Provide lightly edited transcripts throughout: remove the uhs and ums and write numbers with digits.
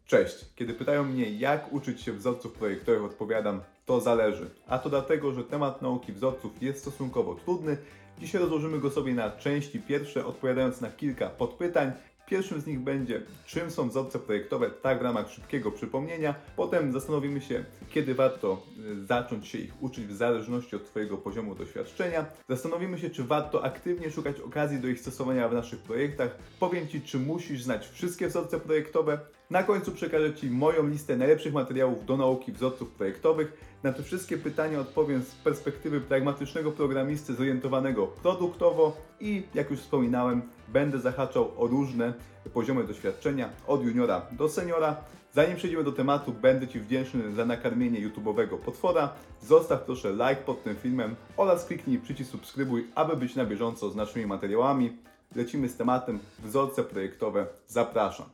Cześć! Kiedy pytają mnie, jak uczyć się wzorców projektowych, odpowiadam, to zależy. A to dlatego, że temat nauki wzorców jest stosunkowo trudny. Dzisiaj rozłożymy go sobie na części pierwsze, odpowiadając na kilka podpytań. Pierwszym z nich będzie, czym są wzorce projektowe, tak w ramach szybkiego przypomnienia. Potem zastanowimy się, kiedy warto zacząć się ich uczyć w zależności od Twojego poziomu doświadczenia. Zastanowimy się, czy warto aktywnie szukać okazji do ich stosowania w naszych projektach. Powiem Ci, czy musisz znać wszystkie wzorce projektowe. Na końcu przekażę Ci moją listę najlepszych materiałów do nauki wzorców projektowych. Na te wszystkie pytania odpowiem z perspektywy pragmatycznego programisty zorientowanego produktowo i, jak już wspominałem, będę zahaczał o różne poziomy doświadczenia, od juniora do seniora. Zanim przejdziemy do tematu, będę Ci wdzięczny za nakarmienie YouTube'owego potwora. Zostaw proszę like pod tym filmem oraz kliknij przycisk subskrybuj, aby być na bieżąco z naszymi materiałami. Lecimy z tematem wzorce projektowe. Zapraszam.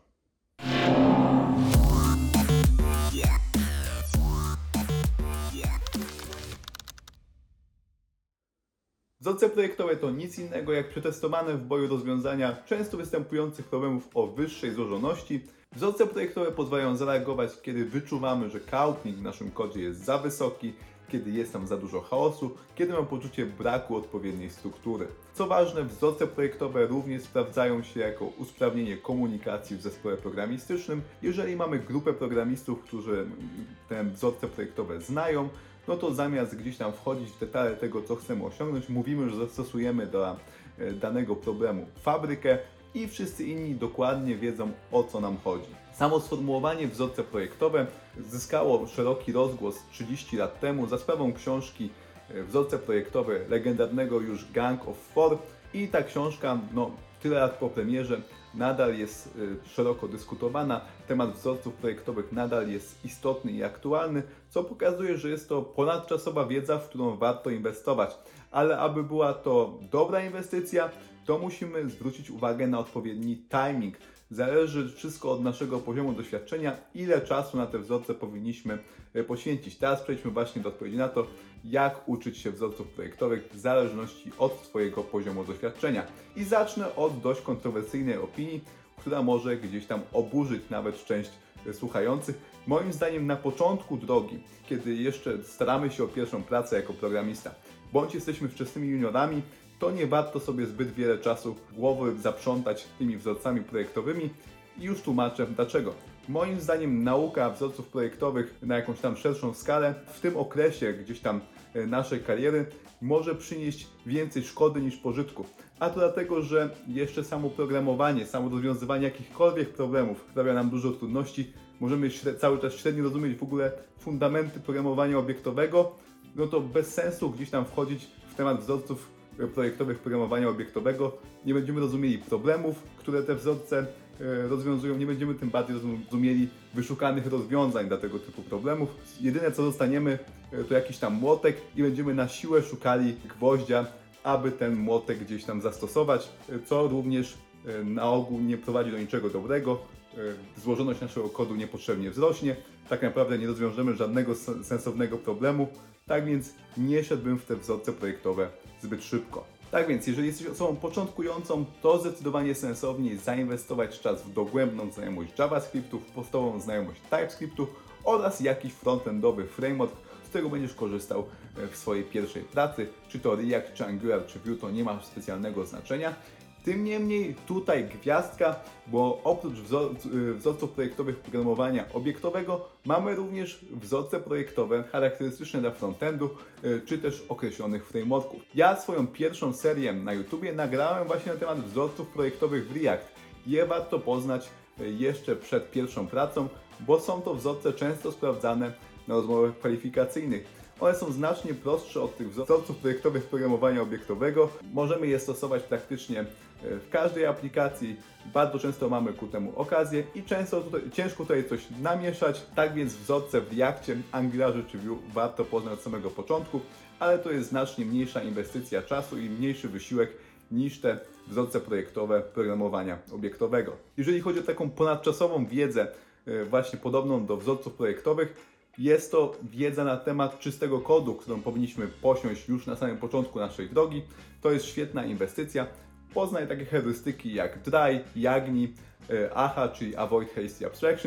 Wzorce projektowe to nic innego jak przetestowane w boju rozwiązania często występujących problemów o wyższej złożoności. Wzorce projektowe pozwalają zareagować, kiedy wyczuwamy, że counting w naszym kodzie jest za wysoki, kiedy jest tam za dużo chaosu, kiedy mam poczucie braku odpowiedniej struktury. Co ważne, wzorce projektowe również sprawdzają się jako usprawnienie komunikacji w zespole programistycznym. Jeżeli mamy grupę programistów, którzy te wzorce projektowe znają, no to zamiast gdzieś tam wchodzić w detale tego, co chcemy osiągnąć, mówimy, że zastosujemy do danego problemu fabrykę i wszyscy inni dokładnie wiedzą, o co nam chodzi. Samo sformułowanie wzorce projektowe zyskało szeroki rozgłos 30 lat temu za sprawą książki Wzorce projektowe legendarnego już Gang of Four i ta książka, tyle lat po premierze, nadal jest szeroko dyskutowana. Temat wzorców projektowych nadal jest istotny i aktualny, co pokazuje, że jest to ponadczasowa wiedza, w którą warto inwestować. Ale aby była to dobra inwestycja, to musimy zwrócić uwagę na odpowiedni timing. Zależy wszystko od naszego poziomu doświadczenia, ile czasu na te wzorce powinniśmy poświęcić. Teraz przejdźmy właśnie do odpowiedzi na to, jak uczyć się wzorców projektowych w zależności od swojego poziomu doświadczenia. I zacznę od dość kontrowersyjnej opinii, która może gdzieś tam oburzyć nawet część słuchających. Moim zdaniem na początku drogi, kiedy jeszcze staramy się o pierwszą pracę jako programista, bądź jesteśmy wczesnymi juniorami, to nie warto sobie zbyt wiele czasu głowy zaprzątać tymi wzorcami projektowymi i już tłumaczę dlaczego. Moim zdaniem nauka wzorców projektowych na jakąś tam szerszą skalę w tym okresie gdzieś tam naszej kariery może przynieść więcej szkody niż pożytku. A to dlatego, że jeszcze samo programowanie, samo rozwiązywanie jakichkolwiek problemów sprawia nam dużo trudności. Możemy cały czas średnio rozumieć w ogóle fundamenty programowania obiektowego, no to bez sensu gdzieś tam wchodzić w temat wzorców projektowych programowania obiektowego. Nie będziemy rozumieli problemów, które te wzorce rozwiązują, nie będziemy tym bardziej rozumieli wyszukanych rozwiązań dla tego typu problemów. Jedyne co dostaniemy to jakiś tam młotek i będziemy na siłę szukali gwoździa, aby ten młotek gdzieś tam zastosować, co również na ogół nie prowadzi do niczego dobrego. Złożoność naszego kodu niepotrzebnie wzrośnie, tak naprawdę nie rozwiążemy żadnego sensownego problemu, tak więc nie szedłbym w te wzorce projektowe zbyt szybko. Tak więc, jeżeli jesteś osobą początkującą, to zdecydowanie sensowniej zainwestować czas w dogłębną znajomość JavaScriptu, w podstawową znajomość TypeScriptu oraz jakiś frontendowy framework, z którego będziesz korzystał w swojej pierwszej pracy. Czy to React, czy Angular, czy Vue, to nie ma specjalnego znaczenia. Tym niemniej tutaj gwiazdka, bo oprócz wzorców projektowych programowania obiektowego mamy również wzorce projektowe charakterystyczne dla frontendu, czy też określonych frameworków. Ja swoją pierwszą serię na YouTubie nagrałem właśnie na temat wzorców projektowych w React. Je warto poznać jeszcze przed pierwszą pracą, bo są to wzorce często sprawdzane na rozmowach kwalifikacyjnych. One są znacznie prostsze od tych wzorców projektowych programowania obiektowego. Możemy je stosować praktycznie w każdej aplikacji. Bardzo często mamy ku temu okazję i ciężko tutaj coś namieszać. Tak więc wzorce w Reactie, Angularze czy Vue warto poznać od samego początku, ale to jest znacznie mniejsza inwestycja czasu i mniejszy wysiłek niż te wzorce projektowe programowania obiektowego. Jeżeli chodzi o taką ponadczasową wiedzę, właśnie podobną do wzorców projektowych, jest to wiedza na temat czystego kodu, którą powinniśmy posiąść już na samym początku naszej drogi. To jest świetna inwestycja. Poznaj takie heurystyki jak DRY, YAGNI, AHA, czyli Avoid Hasty Abstractions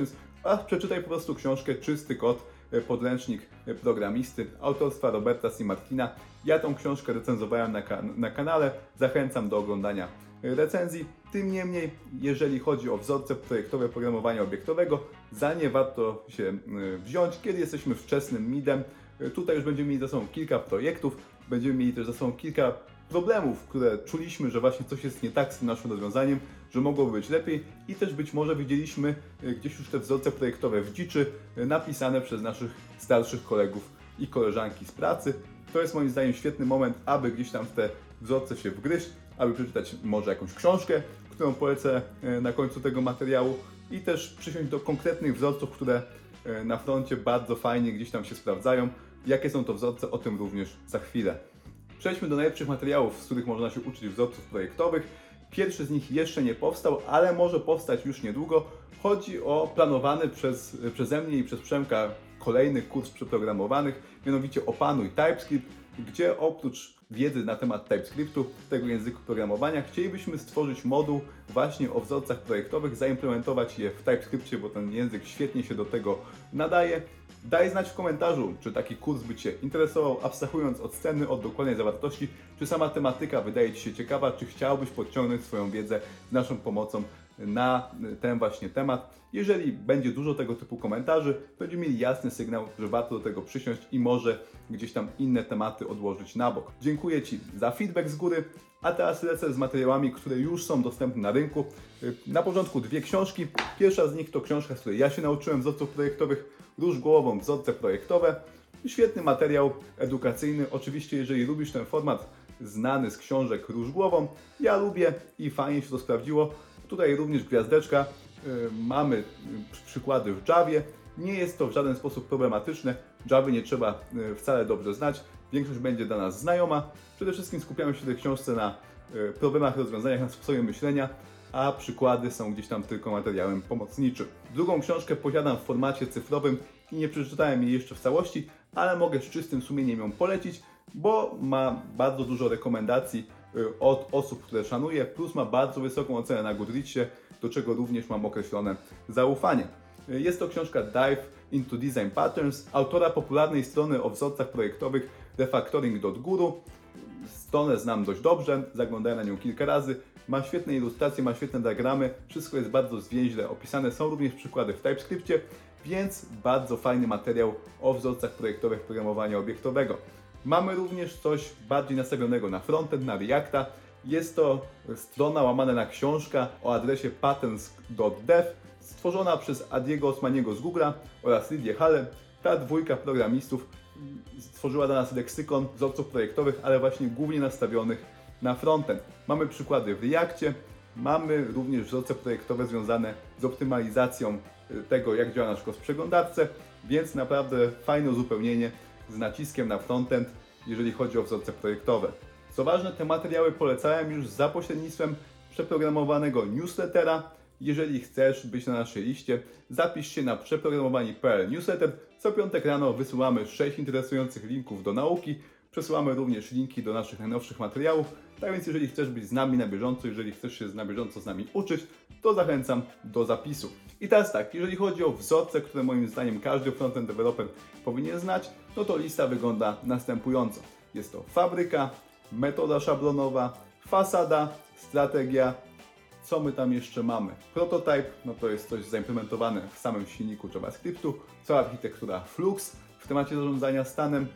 a przeczytaj po prostu książkę Czysty Kod, podręcznik programisty autorstwa Roberta C. Martina. Ja tą książkę recenzowałem na kanale, zachęcam do oglądania recenzji. Tym niemniej, jeżeli chodzi o wzorce projektowe programowania obiektowego, za nie warto się wziąć, kiedy jesteśmy wczesnym midem. Tutaj już będziemy mieli za sobą kilka projektów, będziemy mieli też za sobą kilka problemów, które czuliśmy, że właśnie coś jest nie tak z tym naszym rozwiązaniem, że mogłoby być lepiej i też być może widzieliśmy gdzieś już te wzorce projektowe w dziczy napisane przez naszych starszych kolegów i koleżanki z pracy. To jest moim zdaniem świetny moment, aby gdzieś tam w te wzorce się wgryźć, aby przeczytać może jakąś książkę, którą polecę na końcu tego materiału i też przysiąść do konkretnych wzorców, które na froncie bardzo fajnie gdzieś tam się sprawdzają. Jakie są to wzorce, o tym również za chwilę. Przejdźmy do najlepszych materiałów, z których można się uczyć wzorców projektowych. Pierwszy z nich jeszcze nie powstał, ale może powstać już niedługo. Chodzi o planowany przeze mnie i przez Przemka kolejny kurs przeprogramowanych, mianowicie Opanuj TypeScript, gdzie oprócz wiedzy na temat TypeScriptu, tego języka programowania, chcielibyśmy stworzyć moduł właśnie o wzorcach projektowych, zaimplementować je w TypeScriptie, bo ten język świetnie się do tego nadaje. Daj znać w komentarzu, czy taki kurs by Cię interesował, abstrahując od sceny, od dokładnej zawartości, czy sama tematyka wydaje Ci się ciekawa, czy chciałbyś podciągnąć swoją wiedzę z naszą pomocą na ten właśnie temat. Jeżeli będzie dużo tego typu komentarzy, będziemy mieli jasny sygnał, że warto do tego przysiąść i może gdzieś tam inne tematy odłożyć na bok. Dziękuję Ci za feedback z góry, a teraz lecę z materiałami, które już są dostępne na rynku. Na początku dwie książki. Pierwsza z nich to książka, z której ja się nauczyłem wzorców projektowych, Róż głową, wzorce projektowe. Świetny materiał edukacyjny. Oczywiście, jeżeli lubisz ten format znany z książek Róż głową, ja lubię i fajnie się to sprawdziło. Tutaj również gwiazdeczka. Mamy przykłady w Javie. Nie jest to w żaden sposób problematyczne. Javy nie trzeba wcale dobrze znać. Większość będzie dla nas znajoma. Przede wszystkim skupiamy się w tej książce na problemach, rozwiązaniach, na sposobie myślenia, a przykłady są gdzieś tam tylko materiałem pomocniczym. Drugą książkę posiadam w formacie cyfrowym i nie przeczytałem jej jeszcze w całości, ale mogę z czystym sumieniem ją polecić, bo ma bardzo dużo rekomendacji od osób, które szanuję, plus ma bardzo wysoką ocenę na Goodreadsie, do czego również mam określone zaufanie. Jest to książka Dive into Design Patterns, autora popularnej strony o wzorcach projektowych refactoring.guru. Stronę znam dość dobrze, zaglądałem na nią kilka razy. Ma świetne ilustracje, ma świetne diagramy, wszystko jest bardzo zwięźle opisane. Są również przykłady w TypeScriptie, więc bardzo fajny materiał o wzorcach projektowych programowania obiektowego. Mamy również coś bardziej nastawionego na frontend, na Reacta. Jest to strona łamane na książka o adresie patterns.dev, stworzona przez Adiego Osmaniego z Google'a oraz Lidię Halle. Ta dwójka programistów stworzyła dla nas leksykon wzorców projektowych, ale właśnie głównie nastawionych na frontend. Mamy przykłady w Reactie, mamy również wzorce projektowe związane z optymalizacją tego, jak działa nasz kod w przeglądarce, więc naprawdę fajne uzupełnienie z naciskiem na frontend, jeżeli chodzi o wzorce projektowe. Co ważne, te materiały polecałem już za pośrednictwem przeprogramowanego newslettera. Jeżeli chcesz być na naszej liście, zapisz się na przeprogramowani.pl newsletter. Co piątek rano wysyłamy 6 interesujących linków do nauki. Przesyłamy również linki do naszych najnowszych materiałów. Tak więc jeżeli chcesz być z nami na bieżąco, jeżeli chcesz się na bieżąco z nami uczyć, to zachęcam do zapisu. I teraz tak, jeżeli chodzi o wzorce, które moim zdaniem każdy frontend developer powinien znać, no to lista wygląda następująco. Jest to fabryka, metoda szablonowa, fasada, strategia. Co my tam jeszcze mamy? Prototype, no to jest coś zaimplementowane w samym silniku JavaScriptu, cała architektura Flux w temacie zarządzania stanem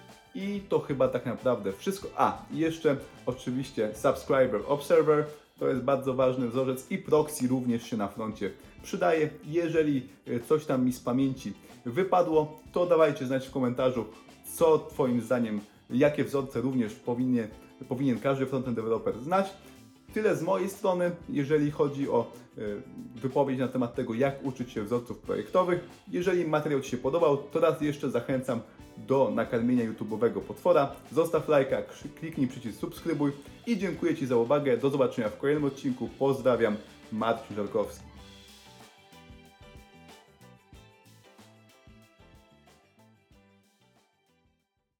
i to chyba tak naprawdę wszystko. I jeszcze oczywiście Subscriber Observer, to jest bardzo ważny wzorzec i proxy również się na froncie przydaje. Jeżeli coś tam mi z pamięci wypadło, to dawajcie znać w komentarzu, co Twoim zdaniem, jakie wzorce również powinien każdy frontend developer znać. Tyle z mojej strony, jeżeli chodzi o wypowiedź na temat tego, jak uczyć się wzorców projektowych. Jeżeli materiał Ci się podobał, to raz jeszcze zachęcam do nakarmienia YouTube'owego potwora. Zostaw lajka, kliknij przycisk subskrybuj i dziękuję Ci za uwagę. Do zobaczenia w kolejnym odcinku. Pozdrawiam, Marcin Żarkowski.